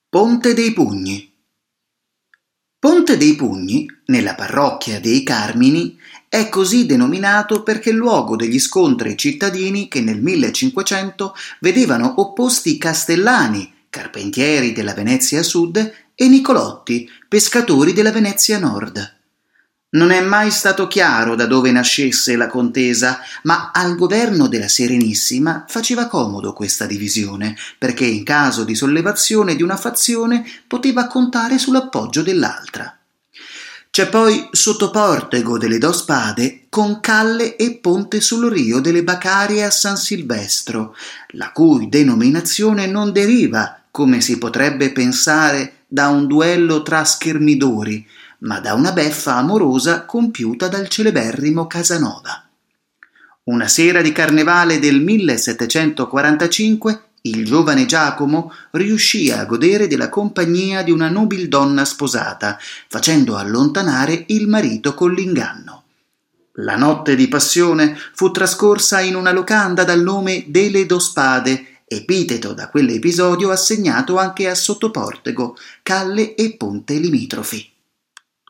Ponte dei Pugni. Ponte dei Pugni, nella parrocchia dei Carmini, è così denominato perché è il luogo degli scontri cittadini che nel 1500 vedevano opposti i Castellani, carpentieri della Venezia Sud, e Nicolotti, pescatori della Venezia Nord. Non è mai stato chiaro da dove nascesse la contesa, ma al governo della Serenissima faceva comodo questa divisione, perché in caso di sollevazione di una fazione poteva contare sull'appoggio dell'altra. C'è poi Sottoportego delle Do Spade con calle e ponte sul Rio delle Bacarie a San Silvestro, la cui denominazione non deriva, come si potrebbe pensare, da un duello tra schermidori, ma da una beffa amorosa compiuta dal celeberrimo Casanova. Una sera di carnevale del 1745 il giovane Giacomo riuscì a godere della compagnia di una nobildonna sposata, facendo allontanare il marito con l'inganno. La notte di passione fu trascorsa in una locanda dal nome delle Do Spade, epiteto da quell'episodio assegnato anche a Sottoportego, calle e ponte limitrofi.